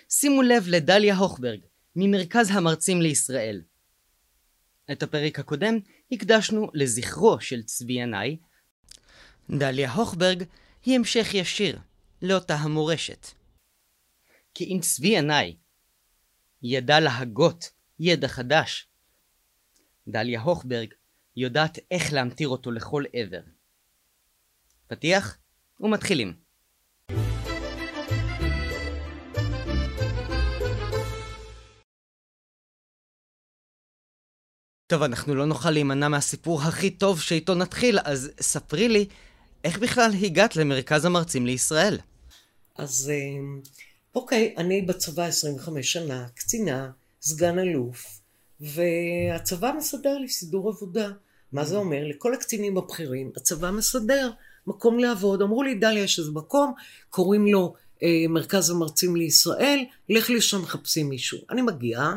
שימו לב לדליה הוכברג, ממרכז המרצים לישראל. את הפרק הקודם הקדשנו לזכרו של צבי ינאי. דליה הוכברג היא המשך ישיר לאותה המורשת. כי אם צבי ינאי ידע להגות ידע חדש, דליה הוכברג יודעת איך להמטיר אותו לכל עבר. פתיח ומתחילים. טוב, אנחנו לא נוכל להימנע מהסיפור הכי טוב שאיתו נתחיל, אז ספרי לי, איך בכלל הגעת למרכז המרצים לישראל? אז אוקיי, אני בצבא 25 שנה, קצינה, סגן אלוף, והצבא מסדר לי סידור עבודה. מה זה אומר? לכל הקצינים הבכירים, הצבא מסדר מקום לעבוד. אמרו לי, דליה, יש איזה מקום, קוראים לו מרכז המרצים לישראל, לך לשם, מחפשים מישהו. אני מגיעה,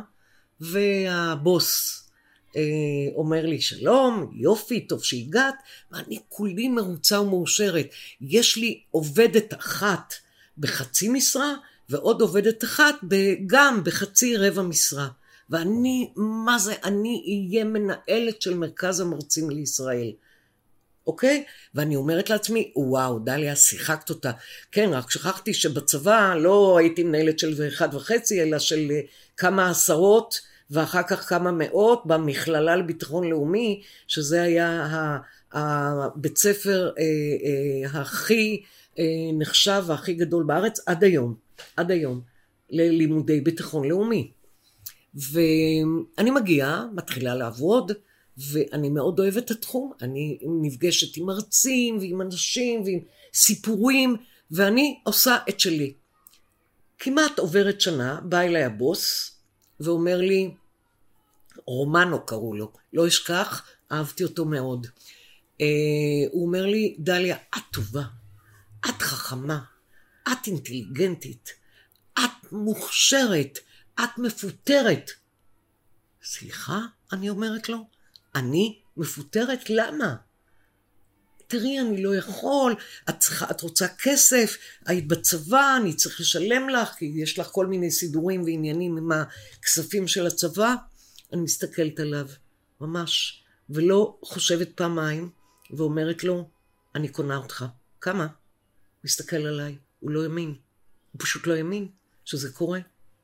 והבוס אומר לי, שלום, יופי, טוב שהגעת, ואני כולי מרוצה ומאושרת. יש לי עובדת אחת בחצי משרה, ועוד עובדת אחת גם בחצי רבע משרה. ואני, מה זה? אני אהיה מנהלת של מרכז המרצים לישראל. אוקיי? ואני אומרת לעצמי, וואו, דליה, שיחקת אותה. כן, רק שכחתי שבצבא לא הייתי מנהלת של 1.5, אלא של כמה עשרות, ואחר כך כמה מאות, במכללה לביטחון לאומי, שזה היה הבית ספר הכי נחשב והכי גדול בארץ, עד היום, ללימודי ביטחון לאומי. ואני מגיעה, מתחילה לעבוד, ואני מאוד אוהבת את התחום. אני נפגשת עם מרצים ועם אנשים ועם סיפורים, ואני עושה את שלי. כמעט עוברת שנה, בא אליי הבוס, ואומר לי, רומנו קראו לו, לא אשכח, אהבתי אותו מאוד. הוא אומר לי, דליה, את טובה, את חכמה, את אינטליגנטית, את מוכשרת, את מפותרת. סליחה, אני אומרת לו, אני מפותרת? למה? תראי, אני לא יכול, את רוצה כסף, היית בצבא, אני צריך לשלם לך, כי יש לך כל מיני סידורים ועניינים עם הכספים של הצבא. אני מסתכלת עליו, ממש, ולא חושבת פעמיים, ואומרת לו, אני קונה אותך. כמה? מסתכל עליי, הוא לא יאמין, הוא פשוט לא יאמין שזה קורה.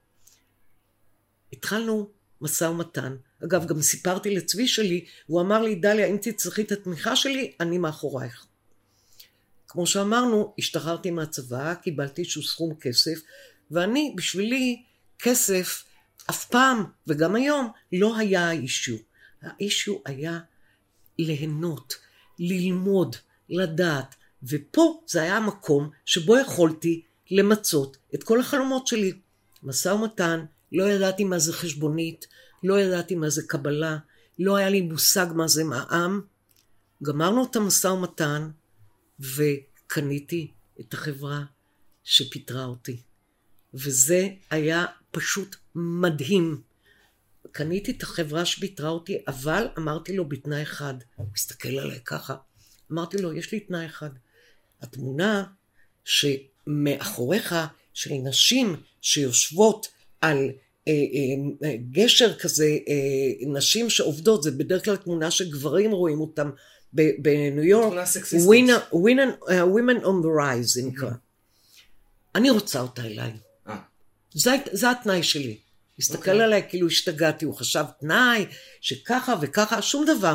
התחלנו משא ומתן. אגב, גם סיפרתי לצבי שלי, הוא אמר לי, דליה, אם תצטרכי את התמיכה שלי, אני מאחורייך. כמו שאמרנו, השתחררתי מהצבא, קיבלתי איזשהו סכום כסף, ואני, בשבילי, כסף, אף פעם, וגם היום, לא היה האישיו. האישיו היה ליהנות, ללמוד, לדעת, ופה זה היה המקום שבו יכולתי למצות את כל החלומות שלי. משא ומתן, לא ידעתי מה זה חשבונית, לא ידעתי מה זה קבלה, לא היה לי מושג מה זה מע"מ. גמרנו את המשא ומתן, וקניתי את החברה שפיטרה אותי. וזה היה פשוט מדהים. קניתי את החברה שפיטרה אותי, אבל אמרתי לו בתנאי אחד, הוא הסתכל עליי ככה, אמרתי לו, יש לי תנאי אחד. התמונה שמאחוריך של נשים שיושבות על גשר כזה, נשים שעובדות, זה בדרך כלל תמונה שגברים רואים אותם בניו יורק. תמונה סקסיסטית. Women on the rise, זה נקרא. אני רוצה אותה אליי. זה התנאי שלי. הסתכל עליי כאילו השתגעתי, הוא חשב תנאי שככה וככה, שום דבר.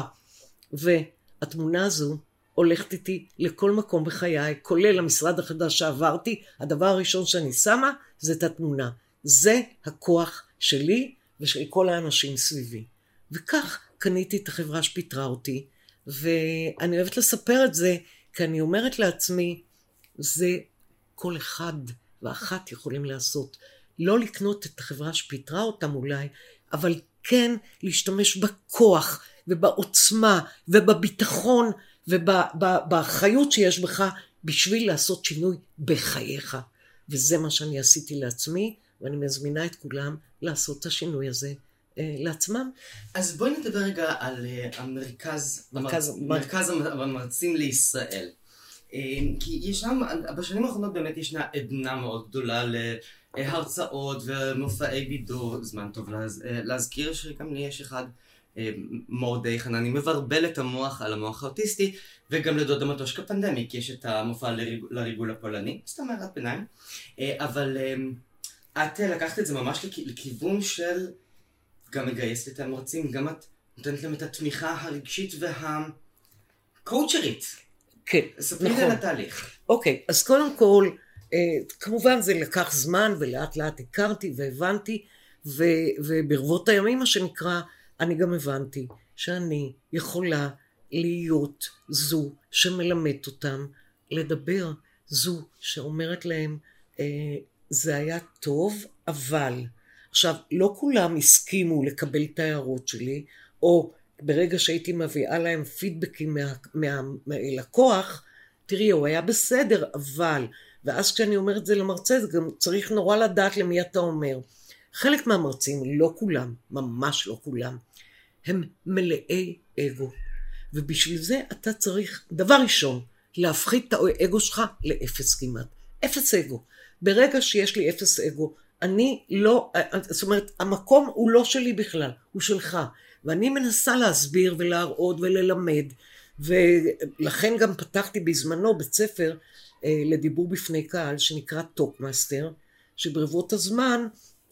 והתמונה הזו הולכת איתי לכל מקום בחיי, כולל המשרד החדש שעברתי, הדבר הראשון שאני שמה זה את התמונה. זה הכוח שלי ושל כל האנשים סביבי. וכך קניתי את החברה שפיטרה אותי, ואני אוהבת לספר את זה, כי אני אומרת לעצמי, זה כל אחד ואחת יכולים לעשות. לא לקנות את החברה שפיטרה אותם אולי, אבל כן להשתמש בכוח ובעוצמה ובביטחון ובאחריות שיש בך בשביל לעשות שינוי בחייך. וזה מה שאני עשיתי לעצמי, ואני מזמינה את כולם לעשות את השינוי הזה לעצמם. אז בואי נדבר רגע על מרכז המרצים לישראל. כי ישנם, בשנים האחרונות באמת ישנה עדנה מאוד גדולה להרצאות ומופעי בידור. זמן טוב להזכיר שגם לי יש אחד מורדי חנני מבלבל את המוח על המוח האוטיסטי, וגם לדודה מטושקה פנדמיק יש את המופע לריגול הפולני, סתם הערת ביניים. אבל את לקחת את זה ממש לכיוון של גם מגייסת את המרצים, גם את נותנת להם את התמיכה הרגשית והקואוצ'רית. כן, ספרי לי על התהליך. אוקיי, אז קודם כל, כמובן זה לקח זמן ולאט לאט הכרתי והבנתי, וברבות הימים מה שנקרא, אני גם הבנתי שאני יכולה להיות זו שמלמדת אותם לדבר, זו שאומרת להם, זה היה טוב, אבל עכשיו לא כולם הסכימו לקבל את ההערות שלי, או ברגע שהייתי מביאה להם פידבקים מהלקוח, תראי, הוא היה בסדר, אבל, ואז כשאני אומרת את זה למרצה, זה גם צריך נורא לדעת למי אתה אומר. חלק מהמרצים, לא כולם, ממש לא כולם, הם מלאי אגו. ובשביל זה אתה צריך, דבר ראשון, להפחית את האגו שלך לאפס כמעט. אפס אגו. ברגע שיש לי אפס אגו, אני לא, זאת אומרת, המקום הוא לא שלי בכלל, הוא שלך. ואני מנסה להסביר ולהראות וללמד, ולכן גם פתחתי בזמנו בית ספר לדיבור בפני קהל, שנקרא טוקמאסטר, שברבות הזמן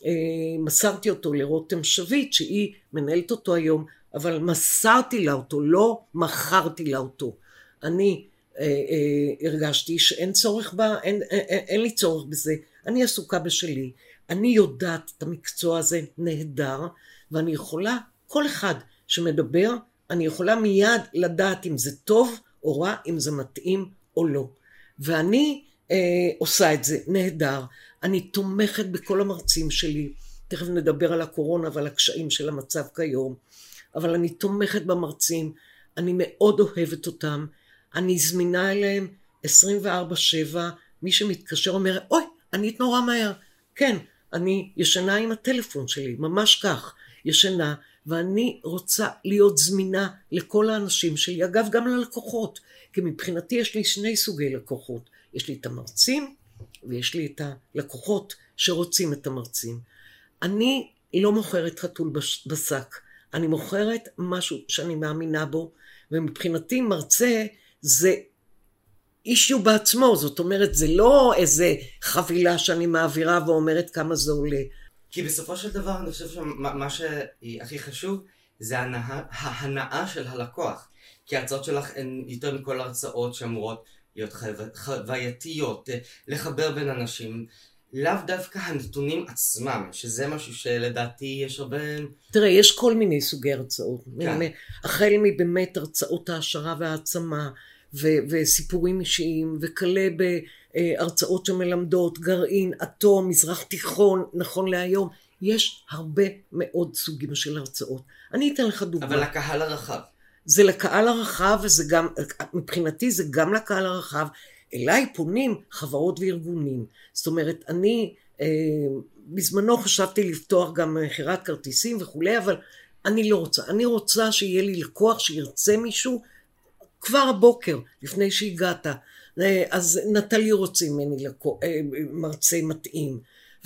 מסרתי אותו לרותם שביט, שהיא מנהלת אותו היום, אבל מסרתי לה אותו, לא מכרתי לה אותו. אני הרגשתי שאין צורך בה, אין לי צורך בזה, אני עסוקה בשלי, אני יודעת את המקצוע הזה נהדר, ואני יכולה, כל אחד שמדבר, אני יכולה מיד לדעת אם זה טוב או רע, אם זה מתאים או לא. ואני עושה את זה נהדר, אני תומכת בכל המרצים שלי, תכף נדבר על הקורונה ועל הקשיים של המצב כיום, אבל אני תומכת במרצים, אני מאוד אוהבת אותם, אני זמינה אליהם 24/7, מי שמתקשר אומר, אוי, אני נורא מהר, כן, אני ישנה עם הטלפון שלי, ממש כך, ישנה, ואני רוצה להיות זמינה לכל האנשים שלי, אגב גם ללקוחות, כי מבחינתי יש לי שני סוגי לקוחות, יש לי את המרצים ויש לי את הלקוחות שרוצים את המרצים. אני לא מוכרת חתול בשק, אני מוכרת משהו שאני מאמינה בו, ומבחינתי מרצה זה אישיו בעצמו, זאת אומרת זה לא איזה חבילה שאני מעבירה ואומרת כמה זה עולה. כי בסופו של דבר אני חושב שמה שהכי חשוב זה ההנאה של הלקוח. כי ההרצאות שלך הן יותר מכל הרצאות שאמורות להיות חווייתיות, לחבר בין אנשים, לאו דווקא הנתונים עצמם, שזה משהו שלדעתי יש הרבה... תראה, יש כל מיני סוגי הרצאות. כן. החל מבאמת הרצאות ההשערה והעצמה, וסיפורים אישיים, וכלה בהרצאות שמלמדות, גרעין, אטום, מזרח תיכון, נכון להיום, יש הרבה מאוד סוגים של הרצאות. אני אתן לך דוגמה. אבל לקהל הרחב. זה לקהל הרחב, וזה גם, מבחינתי זה גם לקהל הרחב, אליי פונים חברות וארגונים. זאת אומרת, אני בזמנו חשבתי לפתוח גם מכירת כרטיסים וכולי, אבל אני לא רוצה. אני רוצה שיהיה לי לקוח שירצה מישהו כבר הבוקר, לפני שהגעת. אז נטלי רוצים ממני מרצה מתאים,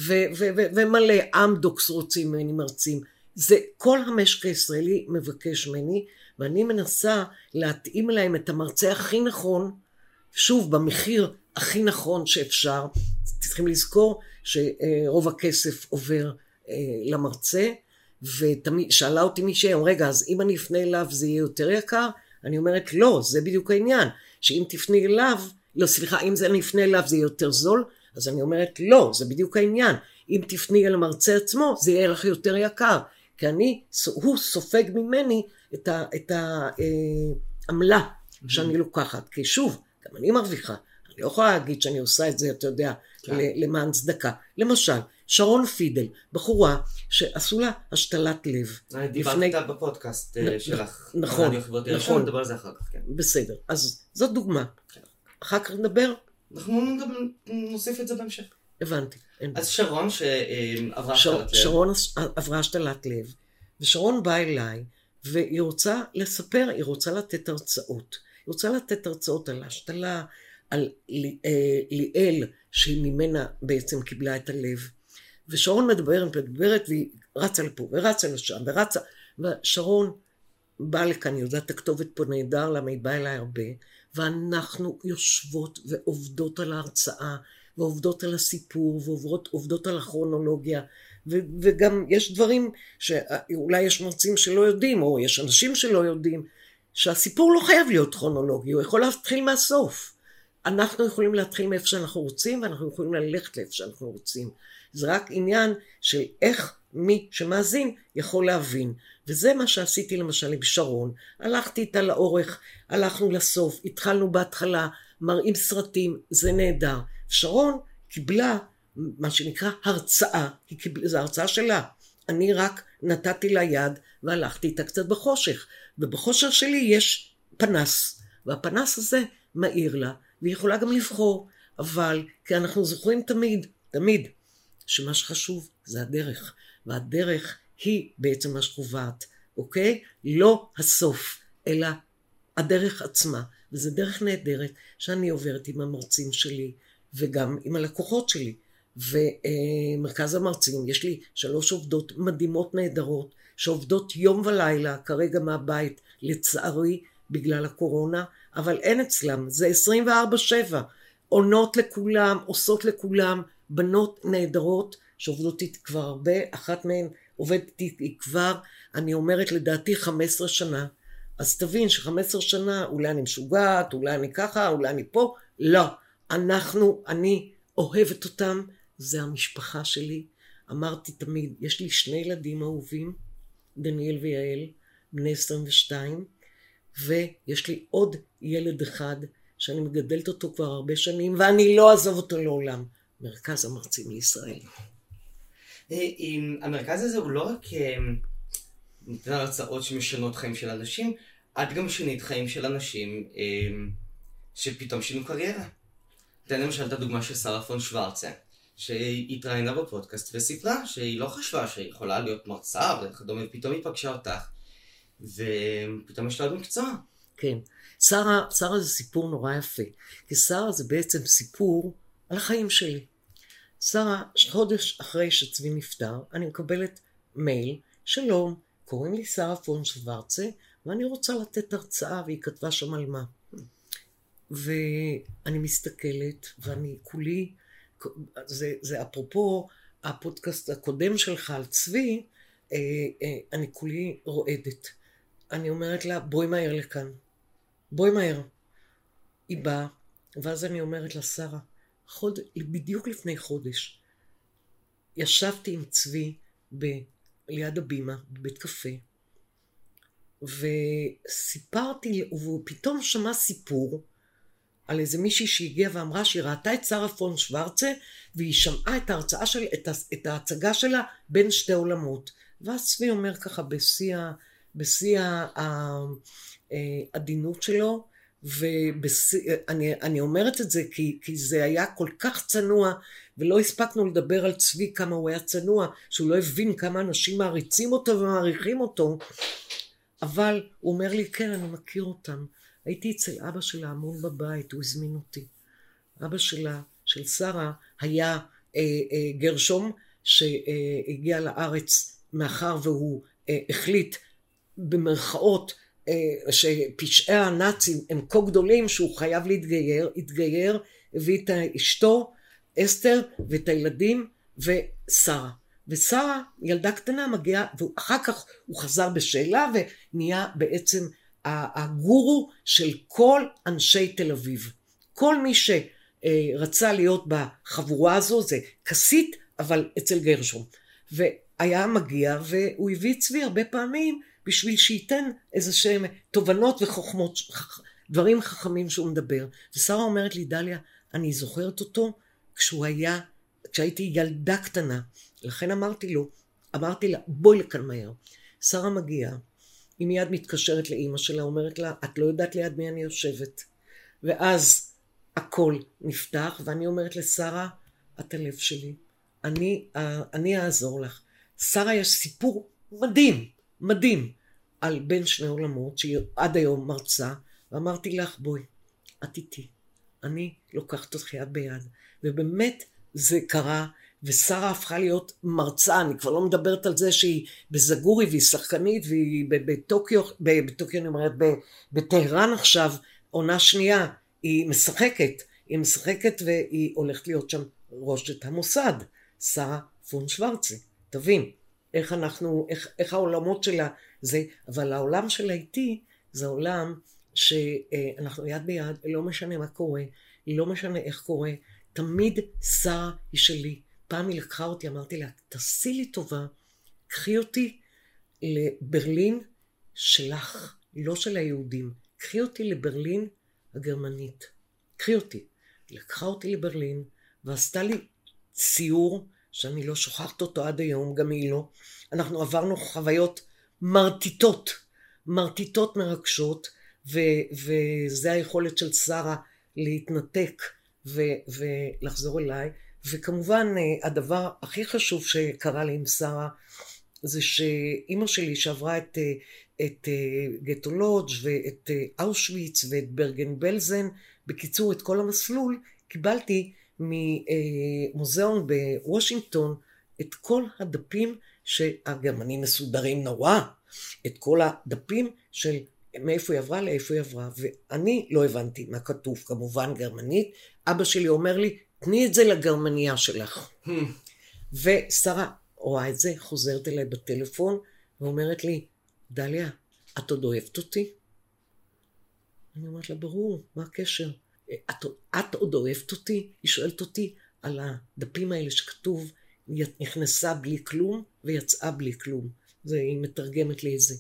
ומלא אמדוקס רוצים ממני מרצים. זה כל המשק הישראלי מבקש ממני, ואני מנסה להתאים להם את המרצה הכי נכון, שוב, במחיר הכי נכון שאפשר. צריכים לזכור שרוב הכסף עובר למרצה, ותמיד שאלה אותי מישהי, רגע, אז אם אני אפנה אליו זה יהיה יותר יקר? אני אומרת, לא, זה בדיוק העניין, שאם תפני אליו, לא, סליחה, אם אני אפנה אליו זה יהיה יותר זול, אז אני אומרת, לא, זה בדיוק העניין, אם תפני אל המרצה עצמו, זה יהיה לך יותר יקר, כי הוא סופג ממני את העמלה שאני לוקחת, כי שוב, גם אני מרוויחה, אני לא יכולה להגיד שאני עושה את זה, אתה יודע, למען צדקה. למשל, שרון פידל, בחורה שעשו לה השתלת לב. דיברת בפודקאסט שלך. נכון, נכון. נדבר על זה אחר כך, כן. בסדר, אז זאת דוגמה. אחר כך נדבר? אנחנו נוסיף את זה בהמשך. הבנתי. אז שרון שעברה השתלת לב. שרון עברה השתלת לב, ושרון באה אליי, והיא רוצה לספר, היא רוצה לתת הרצאות. היא רוצה לתת הרצאות על ההשתלה, על ליאל, שהיא ממנה בעצם קיבלה את הלב. ושרון מדברת והיא רצה לפה ורצה לשם ורצה, ושרון באה לכאן, יודעת הכתובת פה נהדר, למה היא באה אליי הרבה, ואנחנו יושבות ועובדות על ההרצאה, ועובדות על הסיפור, ועובדות על הכרונולוגיה, וגם יש דברים שאולי יש מרצים שלא יודעים, או יש אנשים שלא יודעים, שהסיפור לא חייב להיות כרונולוגי, הוא יכול להתחיל מהסוף. אנחנו יכולים להתחיל מאיפה שאנחנו רוצים, ואנחנו יכולים ללכת לאיפה שאנחנו רוצים. זה רק עניין של איך מי שמאזין יכול להבין. וזה מה שעשיתי למשל עם שרון. הלכתי איתה לאורך, הלכנו לסוף, התחלנו בהתחלה, מראים סרטים, זה נהדר. שרון קיבלה מה שנקרא הרצאה, זו הרצאה שלה. אני רק נתתי לה יד והלכתי איתה קצת בחושך. ובחושך שלי יש פנס, והפנס הזה מאיר לה, והיא יכולה גם לבחור. אבל כי אנחנו זוכרים תמיד, שמה שחשוב זה הדרך, והדרך היא בעצם מה שקובעת, אוקיי? לא הסוף, אלא הדרך עצמה, וזו דרך נהדרת שאני עוברת עם המרצים שלי, וגם עם הלקוחות שלי, ומרכז המרצים, יש לי 3 עובדות מדהימות נהדרות, שעובדות יום ולילה, כרגע מהבית, לצערי, בגלל הקורונה, אבל אין אצלם, זה 24/7, עונות לכולם, עושות לכולם, בנות נהדרות, שעובדות איתי כבר הרבה, אחת מהן עובדת איתי כבר, אני אומרת לדעתי 15 שנה, אז תבין ש15 שנה, אולי אני משוגעת, אולי אני ככה, אולי אני פה, לא, אני אוהבת אותם, זה המשפחה שלי, אמרתי תמיד, יש לי 2 ילדים אהובים, דניאל ויעל, בני 22, ויש לי עוד ילד אחד, שאני מגדלת אותו כבר הרבה שנים, ואני לא אעזוב אותו לעולם, מרכז המרצים לישראל. המרכז הזה הוא לא רק נותן הרצאות שמשנות חיים של אנשים, את גם שינית חיים של אנשים שפתאום שינו קריירה. תן למשל את הדוגמה של שרה פון שוורצה, שהיא התראיינה בפודקאסט וסיפרה שהיא לא חשבה שהיא יכולה להיות מרצה וכדומה, ופתאום היא פגשה אותך, ופתאום יש לה עוד מקצוע. כן, שרה זה סיפור נורא יפה, כי שרה זה בעצם סיפור על החיים שלי. שרה, חודש אחרי שצבי נפטר, אני מקבלת מייל, שלום, קוראים לי שרה פון שוורצה, ואני רוצה לתת הרצאה, והיא כתבה שם על מה. ואני מסתכלת, ואני כולי, זה אפרופו הפודקאסט הקודם שלך על צבי, אני כולי רועדת. אני אומרת לה, בואי מהר לכאן. בואי מהר. היא באה, ואז אני אומרת לה, שרה, בדיוק לפני חודש, ישבתי עם צבי ליד הבימה, בבית קפה, וסיפרתי, והוא פתאום שמע סיפור, על איזה מישהי שהגיעה ואמרה שהיא ראתה את שרה פון שוורצה, והיא שמעה את ההרצאה שלה, את ההצגה שלה בין 2 עולמות. ואז צבי אומר ככה בשיא העדינות שלו, ואני אומרת את זה כי זה היה כל כך צנוע, ולא הספקנו לדבר על צבי כמה הוא היה צנוע, שהוא לא הבין כמה אנשים מעריצים אותו ומעריכים אותו, אבל הוא אומר לי, כן, אני מכיר אותם. הייתי אצל אבא שלה המון בבית, הוא הזמין אותי. אבא שלה, של שרה, היה גרשום שהגיע לארץ מאחר והוא החליט במרכאות שפשעי הנאצים הם כה גדולים שהוא חייב התגייר, הביא את אשתו, אסתר, ואת הילדים ושרה. ושרה, ילדה קטנה, מגיעה, ואחר כך הוא חזר בשאלה ונהיה בעצם הגורו של כל אנשי תל אביב. כל מי שרצה להיות בחבורה הזו, זה כסית, אבל אצל גרשום. והיה מגיע, והוא הביא צבי הרבה פעמים, בשביל שייתן איזה שהם תובנות וחוכמות, דברים חכמים שהוא מדבר. ושרה אומרת לי, דליה, אני זוכרת אותו כשהייתי ילדה קטנה. לכן אמרתי לה, בואי לכאן מהר. שרה מגיעה, היא מיד מתקשרת לאמא שלה, אומרת לה, את לא יודעת ליד מי אני יושבת. ואז הכל נפתח, ואני אומרת לשרה, את הלב שלי, אני אעזור לך. שרה יש סיפור מדהים, על בין 2 עולמות, שהיא עד היום מרצה, ואמרתי לך, בואי, את איתי, אני לוקחת אותך יד ביד. ובאמת זה קרה, ושרה הפכה להיות מרצה, אני כבר לא מדברת על זה שהיא בזגורי והיא שחקנית, והיא בטוקיו אני אומרת, בטהרן עכשיו, עונה שנייה, היא משחקת והיא הולכת להיות שם ראשת המוסד, שרה פון שוורצה. תבין, איך העולמות שלה זה, אבל העולם שלה איתי, זה עולם שאנחנו יד ביד, לא משנה מה קורה, לא משנה איך קורה, תמיד שרה היא שלי. פעם היא לקחה אותי, אמרתי לה, תעשי לי טובה, קחי אותי לברלין שלך, לא של היהודים, קחי אותי לברלין הגרמנית, קחי אותי. היא לקחה אותי לברלין, ועשתה לי ציור, שאני לא שוכחת אותו עד היום, גם היא לא. אנחנו עברנו חוויות מרטיטות מרגשות, וזה היכולת של שרה להתנתק ולחזור אליי. וכמובן הדבר הכי חשוב שקרה לי עם שרה, זה שאימא שלי שעברה את גטו לודג' ואת אושוויץ ואת ברגן בלזן, בקיצור את כל המסלול, קיבלתי ממוזיאון בוושינגטון את כל הדפים שהגרמנים מסודרים נורא, את כל הדפים של מאיפה היא עברה לאיפה היא עברה, ואני לא הבנתי מה כתוב, כמובן גרמנית. אבא שלי אומר לי, תני את זה לגרמניה שלך. ושרה רואה את זה, חוזרת אליי בטלפון, ואומרת לי, דליה, את עוד אוהבת אותי? אני אומרת לה, ברור, מה הקשר? את עוד אוהבת אותי? היא שואלת אותי על הדפים האלה שכתוב, נכנסה בלי כלום ויצאה בלי כלום. היא מתרגמת לי את זה.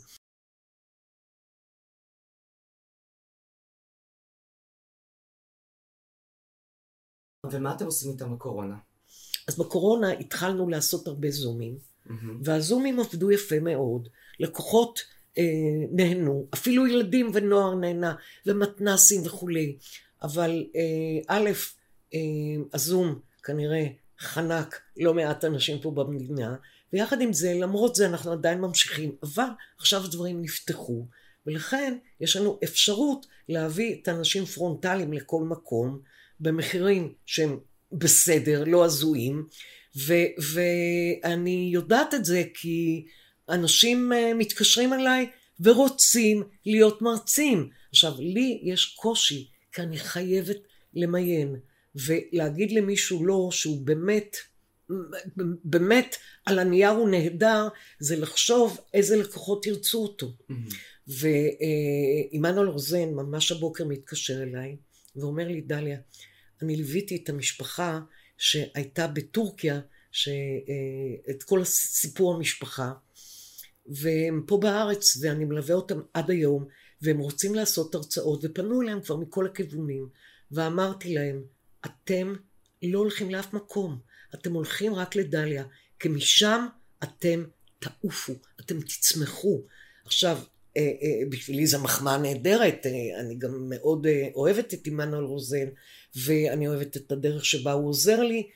ומה אתם עושים איתם בקורונה? אז בקורונה התחלנו לעשות הרבה זומים, והזומים עבדו יפה מאוד, לקוחות נהנו, אפילו ילדים ונוער נהנה, ומתנסים וכולי, אבל הזום כנראה חנק לא מעט אנשים פה במדינה, ויחד עם זה, למרות זה אנחנו עדיין ממשיכים, אבל עכשיו דברים נפתחו, ולכן יש לנו אפשרות להביא את האנשים פרונטליים לכל מקום, במחירים שהם בסדר, לא הזויים, ואני יודעת את זה כי אנשים מתקשרים אליי ורוצים להיות מרצים. עכשיו, לי יש קושי, כי אני חייבת למיין, ולהגיד למישהו לא, שהוא באמת על הנייר הוא נהדר, זה לחשוב איזה לקוחות ירצו אותו. ואימנואל רוזן ממש הבוקר מתקשר אליי, ואומר לי, דליה, אני ליוויתי את המשפחה שהייתה בטורקיה, את כל סיפור המשפחה, והם פה בארץ, ואני מלווה אותם עד היום, והם רוצים לעשות הרצאות, ופנו אליהם כבר מכל הכיוונים, ואמרתי להם, אתם לא הולכים לאף מקום, אתם הולכים רק לדליה, כי משם אתם תעופו, אתם תצמחו. עכשיו, בשבילי זו מחמאה נהדרת, אני גם מאוד אוהבת את אימנואל רוזן, ואני אוהבת את הדרך שבה הוא עוזר לי,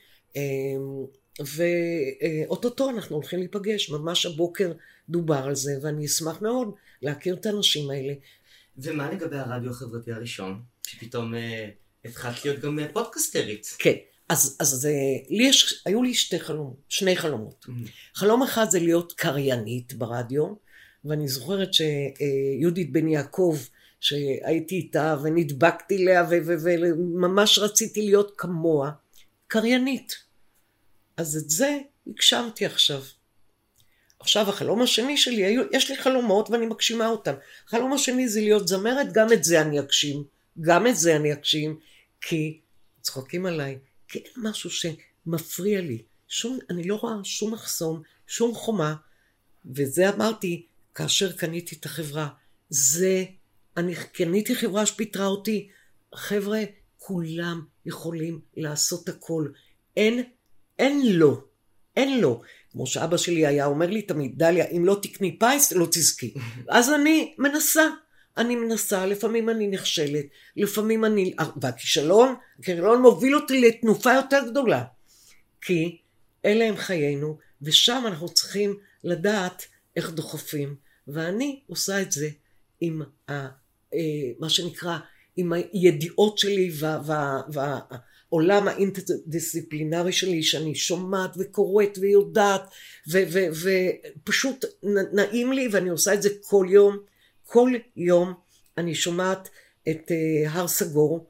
ואוטוטו אנחנו הולכים להיפגש, ממש הבוקר דובר על זה, ואני אשמח מאוד להכיר את האנשים האלה. ומה לגבי הרדיו החברתי הראשון, שפתאום התחלת להיות גם פודקסטרית? כן, אז היו לי שני חלומות. חלום אחד זה להיות קריינית ברדיו, ואני זוכרת שיהודית בן יעקב, שהייתי איתה ונדבקתי לה וממש רציתי להיות כמוה, קריינית. אז את זה הגשמתי עכשיו. עכשיו החלום השני שלי, יש לי חלומות ואני מגשימה אותם. החלום השני זה להיות זמרת, גם את זה אני אגשים, כי צוחקים עליי, כי אין משהו שמפריע לי. אני לא רואה שום מחסום, שום חומה, וזה אמרתי כאשר קניתי את החברה. אני קניתי חברה שפיתרה אותי, חבר'ה, כולם יכולים לעשות הכל. אין לו. כמו שאבא שלי היה אומר לי תמיד, דליה, אם לא תקני פייס, לא תזכי. אז אני מנסה, לפעמים אני נכשלת, לפעמים והכישלון מוביל אותי לתנופה יותר גדולה. כי אלה הם חיינו, ושם אנחנו צריכים לדעת איך דוחפים. ואני עושה את זה עם מה שנקרא עם הידיעות שלי והעולם האינטרדיסציפלינרי שלי, שאני שומעת וקוראת ויודעת, ופשוט נעים לי, ואני עושה את זה כל יום אני שומעת את הר סגור,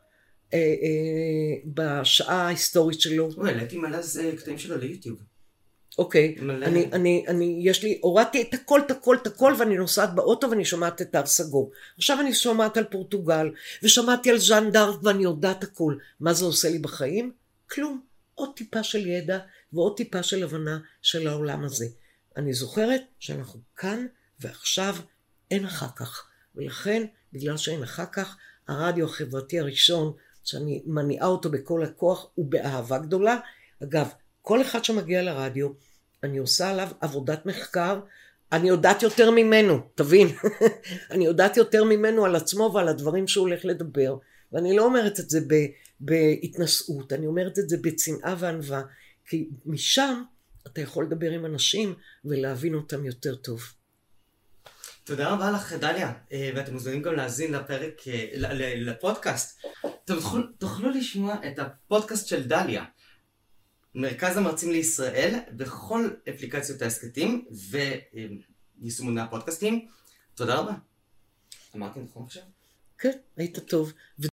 בשעה ההיסטורית שלו. העליתי מלא קטעים שלו ליוטיוב. אוקיי, הורדתי את הכל, ואני נוסעת באוטו ואני שומעת את הר סגור. עכשיו אני שומעת על פורטוגל, ושמעתי על ז'אן דארק, ואני יודעת הכל. מה זה עושה לי בחיים? כלום. עוד טיפה של ידע, ועוד טיפה של הבנה של העולם הזה. אני זוכרת שאנחנו כאן, ועכשיו אין אחר כך. ולכן, בגלל שאין אחר כך, הרדיו החברתי הראשון, שאני מניעה אותו בכל הכוח, הוא באהבה גדולה. אגב, כל אחד שמגיע לרדיו, אני עושה עליו עבודת מחקר, אני יודעת יותר ממנו, תבין? אני יודעת יותר ממנו על עצמו ועל הדברים שהוא הולך לדבר, ואני לא אומרת את זה בהתנשאות, אני אומרת את זה בצנעה וענווה, כי משם אתה יכול לדבר עם אנשים ולהבין אותם יותר טוב. תודה רבה לך דליה, ואתם מוזמנים גם להאזין לפרק, לפודקאסט. אתם תוכלו לשמוע את הפודקאסט של דליה, מרכז המרצים לישראל, בכל אפליקציות ההסכתים ויישומוני הפודקאסטים. תודה רבה. אמרתי נכון עכשיו? כן, היית טוב.